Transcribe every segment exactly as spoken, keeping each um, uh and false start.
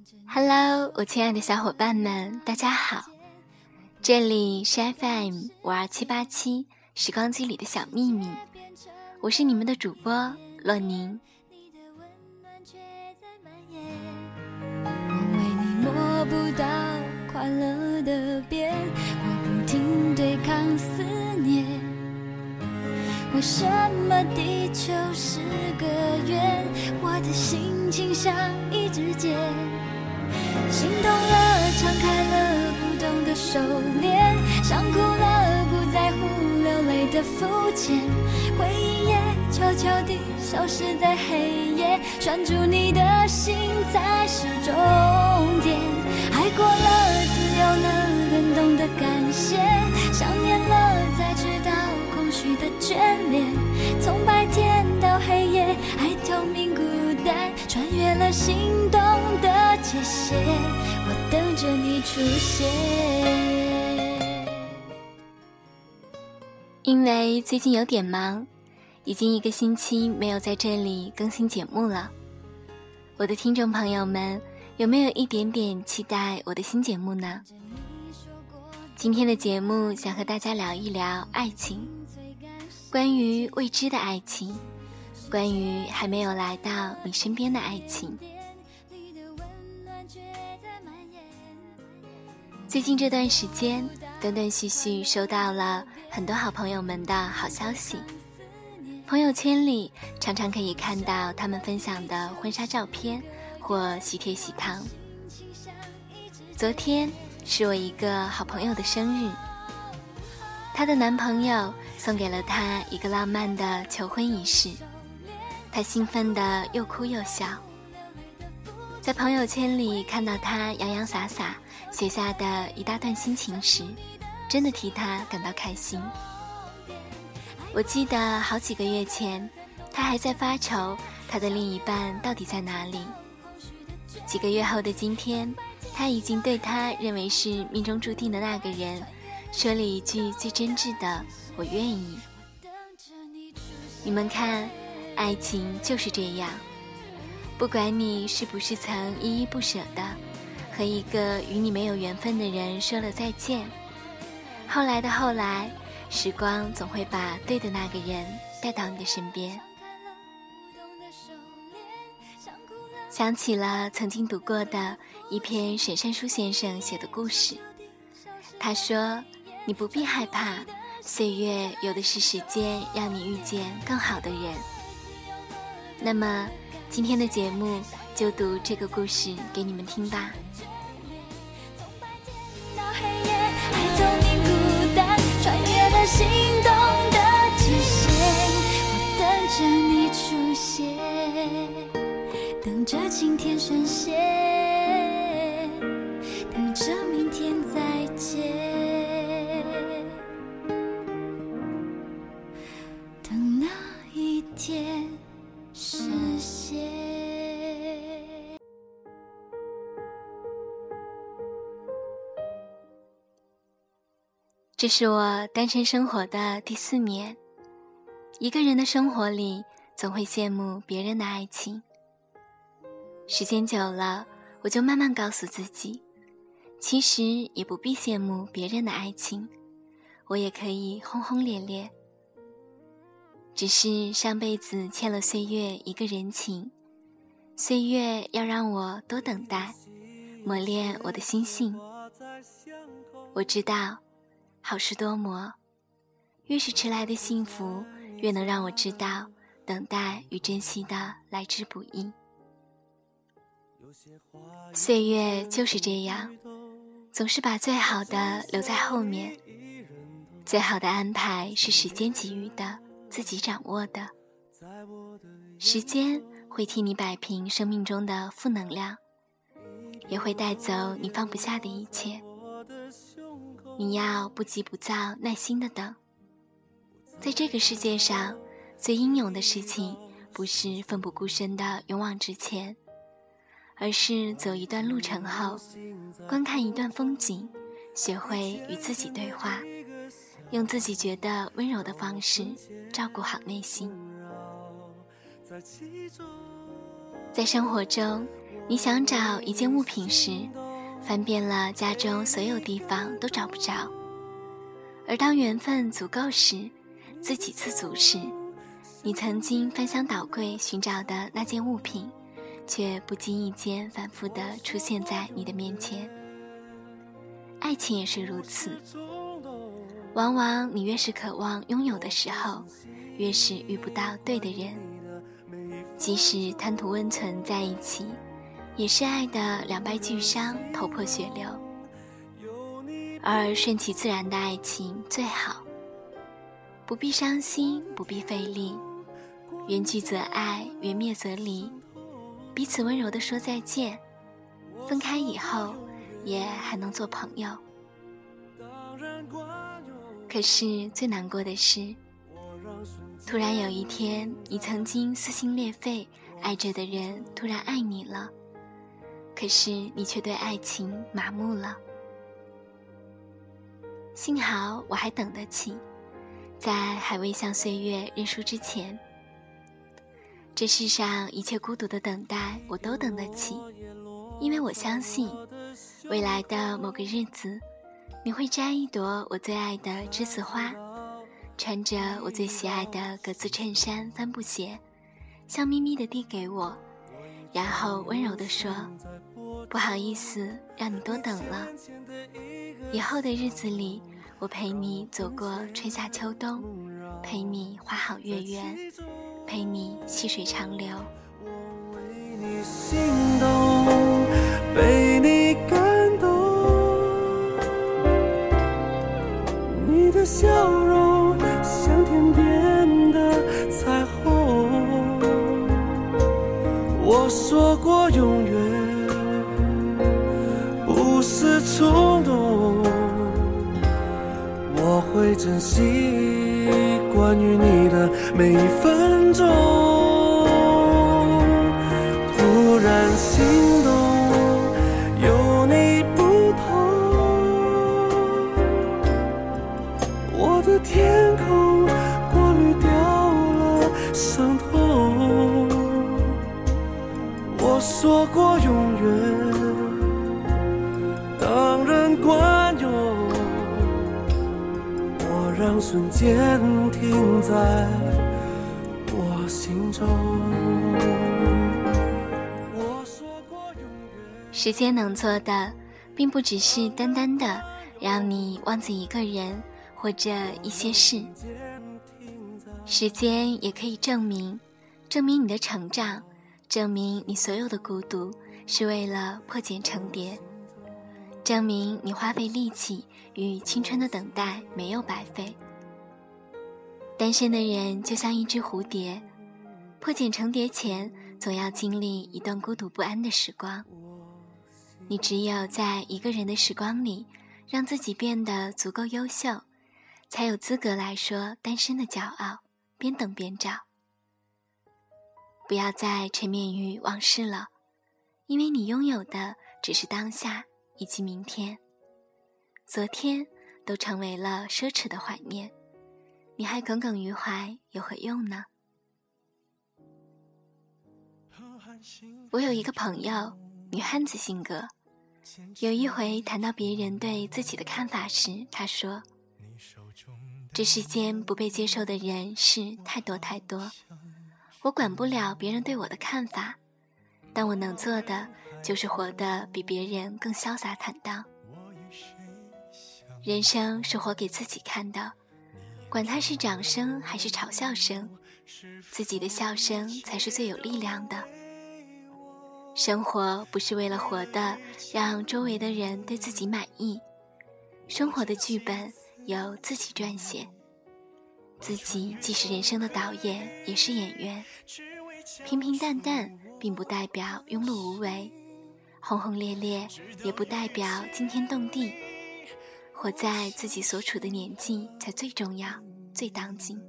Hello， 我亲爱的小伙伴们，大家好，这里是 F M 五二七八七时光机里的小秘密，我是你们的主播洛宁。 我为你摸不到快乐的边，我不停对抗思念，为什么地球是个圆，我的心情像一支箭，心动了敞开了不懂的手链，伤哭了不在乎流泪的肤浅，回忆也悄悄地消失在黑夜，拴住你的心才是终点，爱过了自由了更懂得感谢，想念了才知道空虚的眷恋，从白天到黑夜，爱透明孤单，穿越了心动的界限，我等着你出现。 因为最近有点忙，已经一个星期没有在这里更新节目了。我的听众朋友们，有没有一点点期待我的新节目呢？今天的节目想和大家聊一聊爱情，关于未知的爱情，关于还没有来到你身边的爱情。最近这段时间，断断续续收到了很多好朋友们的好消息，朋友圈里常常可以看到他们分享的婚纱照片或喜帖喜糖。昨天是我一个好朋友的生日，她的男朋友送给了她一个浪漫的求婚仪式，她兴奋得又哭又笑。在朋友圈里看到她洋洋洒洒写下的一大段心情时，真的替她感到开心。我记得好几个月前，她还在发愁她的另一半到底在哪里。几个月后的今天，她已经对她认为是命中注定的那个人说了一句最真挚的我愿意。你们看，爱情就是这样，不管你是不是曾依依不舍的和一个与你没有缘分的人说了再见，后来的后来，时光总会把对的那个人带到你的身边。想起了曾经读过的一篇沈善书先生写的故事，他说，你不必害怕，岁月有的是时间让你遇见更好的人。那么今天的节目就读这个故事给你们听吧。 穿越了心动的界限，我等着你出现，等着晴天闪现，等着明天再见，等那一天实现。 这是我单身生活的第四年，一个人的生活里总会羡慕别人的爱情。时间久了，我就慢慢告诉自己，其实也不必羡慕别人的爱情，我也可以轰轰烈烈。只是上辈子欠了岁月一个人情，岁月要让我多等待，磨练我的心性。我知道好事多磨，越是迟来的幸福，越能让我知道等待与珍惜的来之不易。岁月就是这样，总是把最好的留在后面，最好的安排是时间给予的，自己掌握的。时间会替你摆平生命中的负能量，也会带走你放不下的一切。你要不急不躁，耐心的等。在这个世界上，最英勇的事情不是奋不顾身的勇往直前，而是走一段路程后，观看一段风景，学会与自己对话，用自己觉得温柔的方式照顾好内心。在生活中， 你想找一件物品时，翻遍了家中所有地方都找不着，而当缘分足够时，自给自足时，你曾经翻箱倒柜寻找的那件物品，却不经意间反复地出现在你的面前。爱情也是如此，往往你越是渴望拥有的时候，越是遇不到对的人。即使贪图温存在一起，也是爱的两败俱伤，头破血流。而顺其自然的爱情最好，不必伤心，不必费力，缘聚则爱，缘灭则离，彼此温柔地说再见，分开以后也还能做朋友。可是最难过的是，突然有一天，你曾经撕心裂肺爱着的人突然爱你了，可是你却对爱情麻木了。幸好我还等得起，在还未向岁月认输之前，这世上一切孤独的等待我都等得起，因为我相信未来的某个日子，你会摘一朵我最爱的栀子花，穿着我最喜爱的格子衬衫帆布鞋，笑眯眯地递给我，然后温柔地说，不好意思让你多等了，以后的日子里，我陪你走过春夏秋冬，陪你花好月圆，陪你细水长流。 我为你心动，被你感动，你的笑容像天边的彩虹。我说过永远不是冲动，我会珍惜关于你的每一分钟。突然心动，有你不同，我的天空过滤掉了伤痛。我说过永远当然管用，我让瞬间停在我心中。 时间能做的，并不只是单单的让你忘记一个人或者一些事，时间也可以证明，证明你的成长，证明你所有的孤独是为了破茧成蝶，证明你花费力气与青春的等待没有白费。单身的人就像一只蝴蝶，破茧成蝶前总要经历一段孤独不安的时光。你只有在一个人的时光里，让自己变得足够优秀，才有资格来说单身的骄傲，边等边找。不要再沉湎于往事了，因为你拥有的只是当下以及明天，昨天都成为了奢侈的怀念，你还耿耿于怀有何用呢？我有一个朋友，女汉子性格，有一回谈到别人对自己的看法时，她说，这世间不被接受的人事太多太多，我管不了别人对我的看法，但我能做的就是活得比别人更潇洒坦荡。人生是活给自己看的，管它是掌声还是嘲笑声，自己的笑声才是最有力量的。生活不是为了活的让周围的人对自己满意，生活的剧本由自己撰写，自己既是人生的导演也是演员。平平淡淡并不代表庸碌无为，轰轰烈烈也不代表惊天动地，活在自己所处的年纪才最重要，最当今。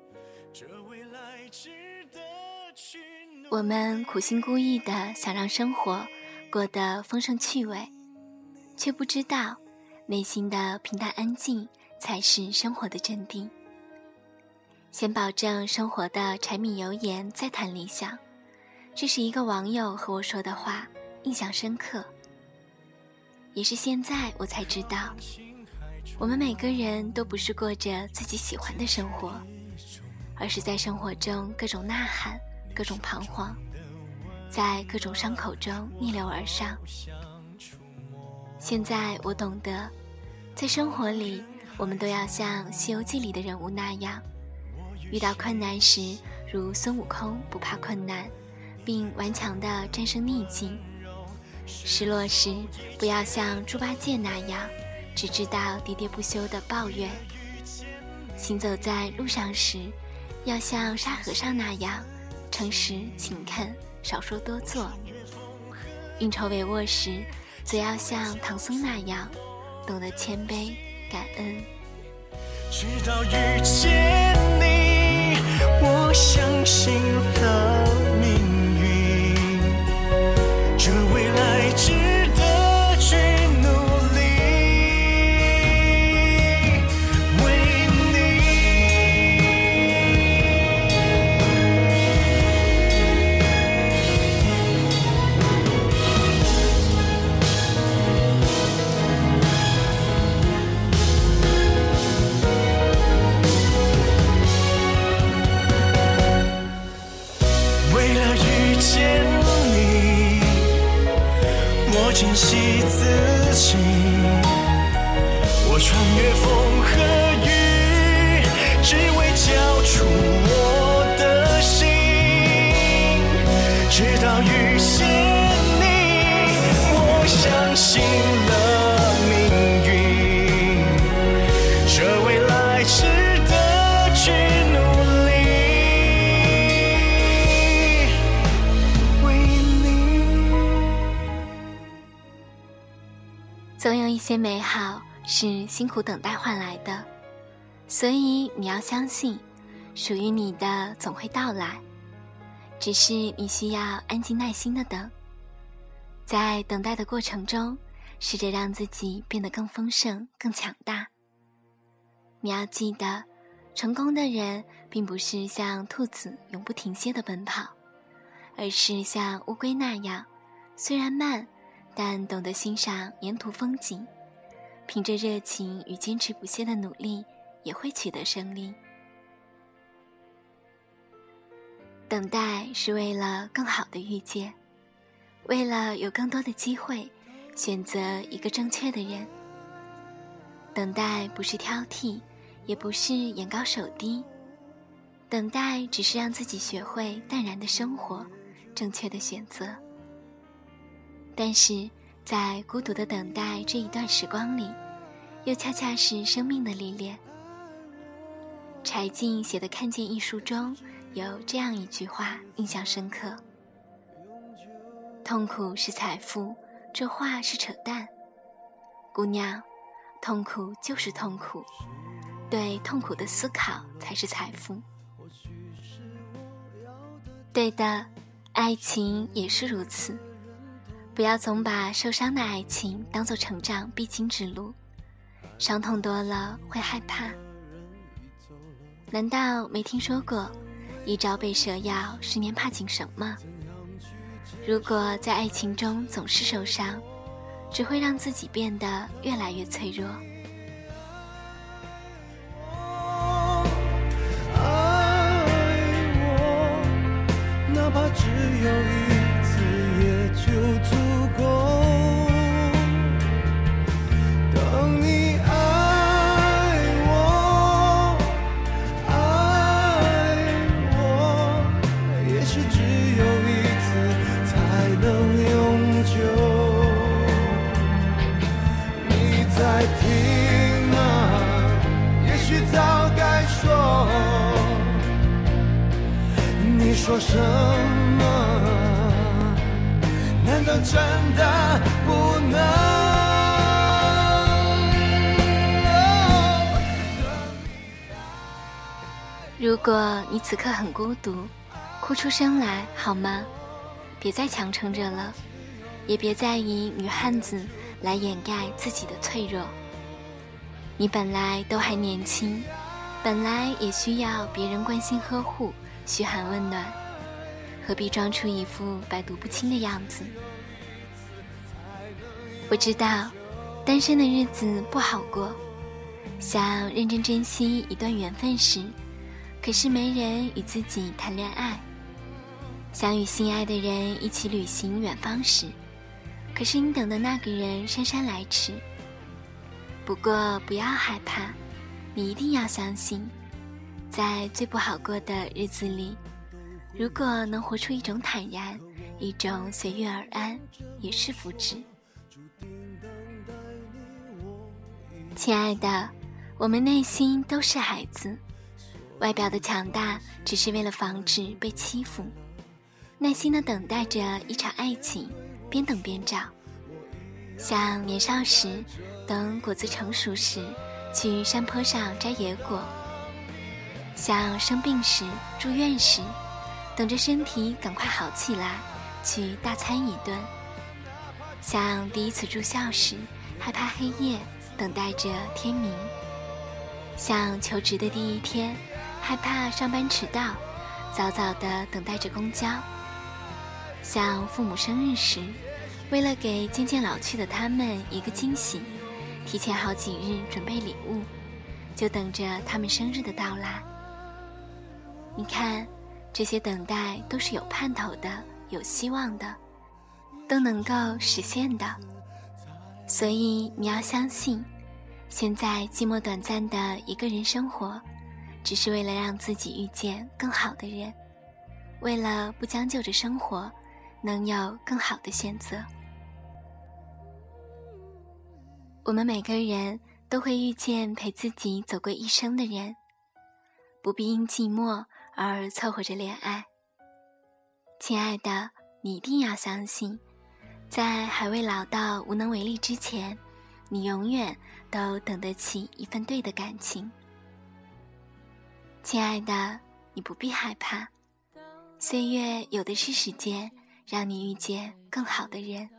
我们苦心孤诣地想让生活过得丰盛趣味，却不知道内心的平淡安静才是生活的真谛。先保证生活的柴米油盐，再谈理想，这是一个网友和我说的话， 印象深刻。也是现在我才知道，我们每个人都不是过着自己喜欢的生活，而是在生活中各种呐喊，各种彷徨，在各种伤口中逆流而上。现在我懂得，在生活里我们都要像《西游记》里的人物那样，遇到困难时如孙悟空不怕困难，并顽强地战胜逆境。失落时不要像猪八戒那样只知道喋喋不休地抱怨。行走在路上时要像沙和尚那样诚实勤恳，少说多做。运筹帷幄时则要像唐僧那样懂得谦卑感恩。 直到遇见你，我相信了命运，这未来值得去努力，为你。为了遇见你，我珍惜自己，我穿越风和雨，只为交出我的心。直到遇见你，我相信了命运，这未来值得去努力，为你。 总有一些美好是辛苦等待换来的，所以你要相信，属于你的总会到来，只是你需要安静耐心的等。在等待的过程中，试着让自己变得更丰盛更强大。你要记得，成功的人并不是像兔子永不停歇的奔跑，而是像乌龟那样，虽然慢，但懂得欣赏沿途风景，凭着热情与坚持不懈的努力，也会取得胜利。等待是为了更好的遇见，为了有更多的机会选择一个正确的人。等待不是挑剔，也不是眼高手低，等待只是让自己学会淡然的生活，正确的选择。但是在孤独的等待这一段时光里，又恰恰是生命的历练。柴静写的《看见》一书中有这样一句话印象深刻：痛苦是财富，这话是扯淡。姑娘，痛苦就是痛苦，对痛苦的思考才是财富。对的，爱情也是如此。不要总把受伤的爱情当作成长必经之路，伤痛多了会害怕。难道没听说过一朝被蛇咬，十年怕井绳吗？如果在爱情中总是受伤，只会让自己变得越来越脆弱。 爱我，哪怕只有一次也就足够。当你爱我，爱我，也许只有一次才能永久。你在听吗？也许早该说，你说什么？难道真的不能？ 如果你此刻很孤独，哭出声来好吗？别再强撑着了，也别再以女汉子来掩盖自己的脆弱。你本来都还年轻，本来也需要别人关心呵护，嘘寒问暖，何必装出一副百毒不侵的样子？ 我知道单身的日子不好过，想认真珍惜一段缘分时，可是没人与自己谈恋爱；想与心爱的人一起旅行远方时，可是你等的那个人姗姗来迟。不过不要害怕，你一定要相信，在最不好过的日子里，如果能活出一种坦然，一种随遇而安，也是福祉。亲爱的，我们内心都是孩子，外表的强大只是为了防止被欺负，耐心地等待着一场爱情，边等边找。像年少时等果子成熟时去山坡上摘野果，像生病时住院时等着身体赶快好起来去大餐一顿，像第一次住校时害怕黑夜等待着天明，像求职的第一天害怕上班迟到早早地等待着公交，像父母生日时为了给渐渐老去的他们一个惊喜，提前好几日准备礼物，就等着他们生日的到来。你看，这些等待都是有盼头的，有希望的，都能够实现的。所以你要相信，现在寂寞短暂的一个人生活，只是为了让自己遇见更好的人，为了不将就着生活，能有更好的选择。我们每个人都会遇见陪自己走过一生的人，不必因寂寞而凑合着恋爱。亲爱的，你一定要相信，在还未老到无能为力之前，你永远都等得起一份对的感情。亲爱的，你不必害怕，岁月有的是时间让你遇见更好的人。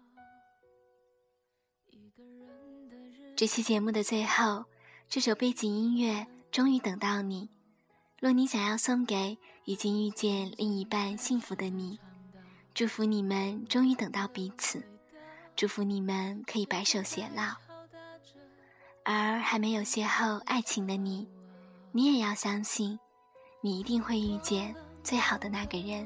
这期节目的最后，这首背景音乐终于等到你。若你想要送给已经遇见另一半幸福的你，祝福你们终于等到彼此，祝福你们可以白首偕老。而还没有邂逅爱情的你，你也要相信，你一定会遇见最好的那个人。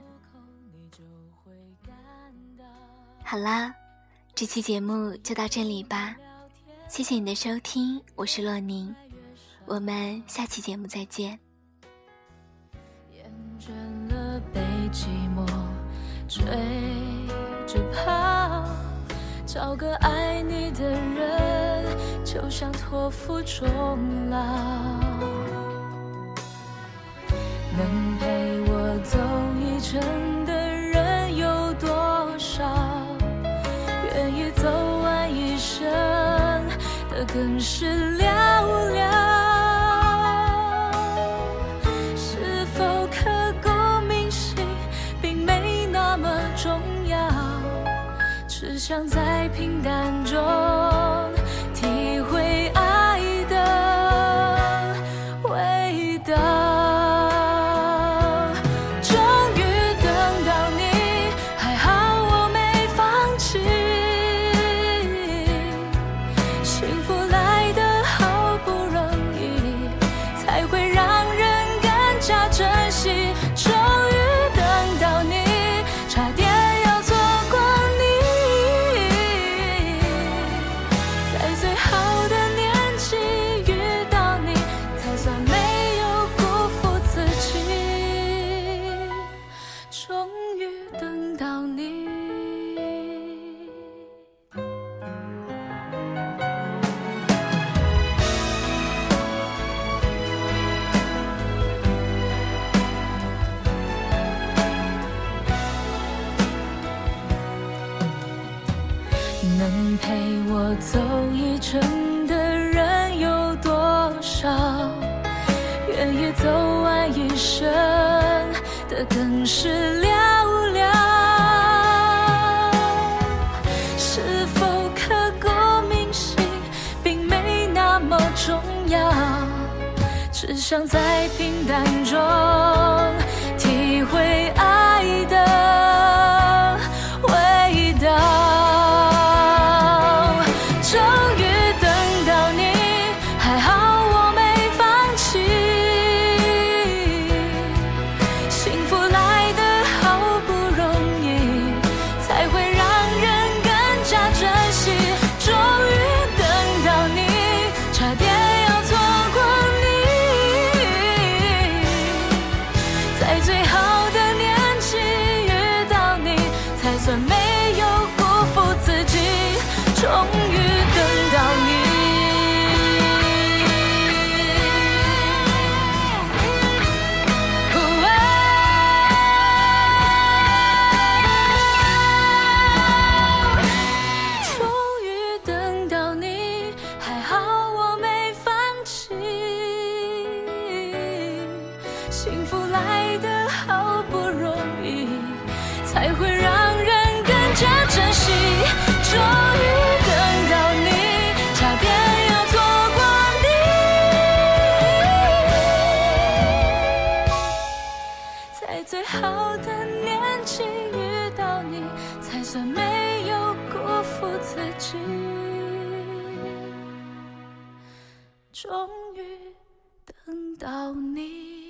好啦，这期节目就到这里吧，谢谢你的收听，我是洛宁，我们下期节目再见。 厌倦了被寂寞追着跑，找个爱你的人，就像托付终老。能陪我走一程的人有多少？愿意走完一生的更是寥寥。是否刻骨铭心，并没那么重要，只想在平淡中体会爱的味道。能陪我走一程的人有多少？愿意走完一生的更是寥寥。是否刻骨铭心，并没那么重要，只想在平淡中体会爱的味道。 算没有辜负自己，终于等到你。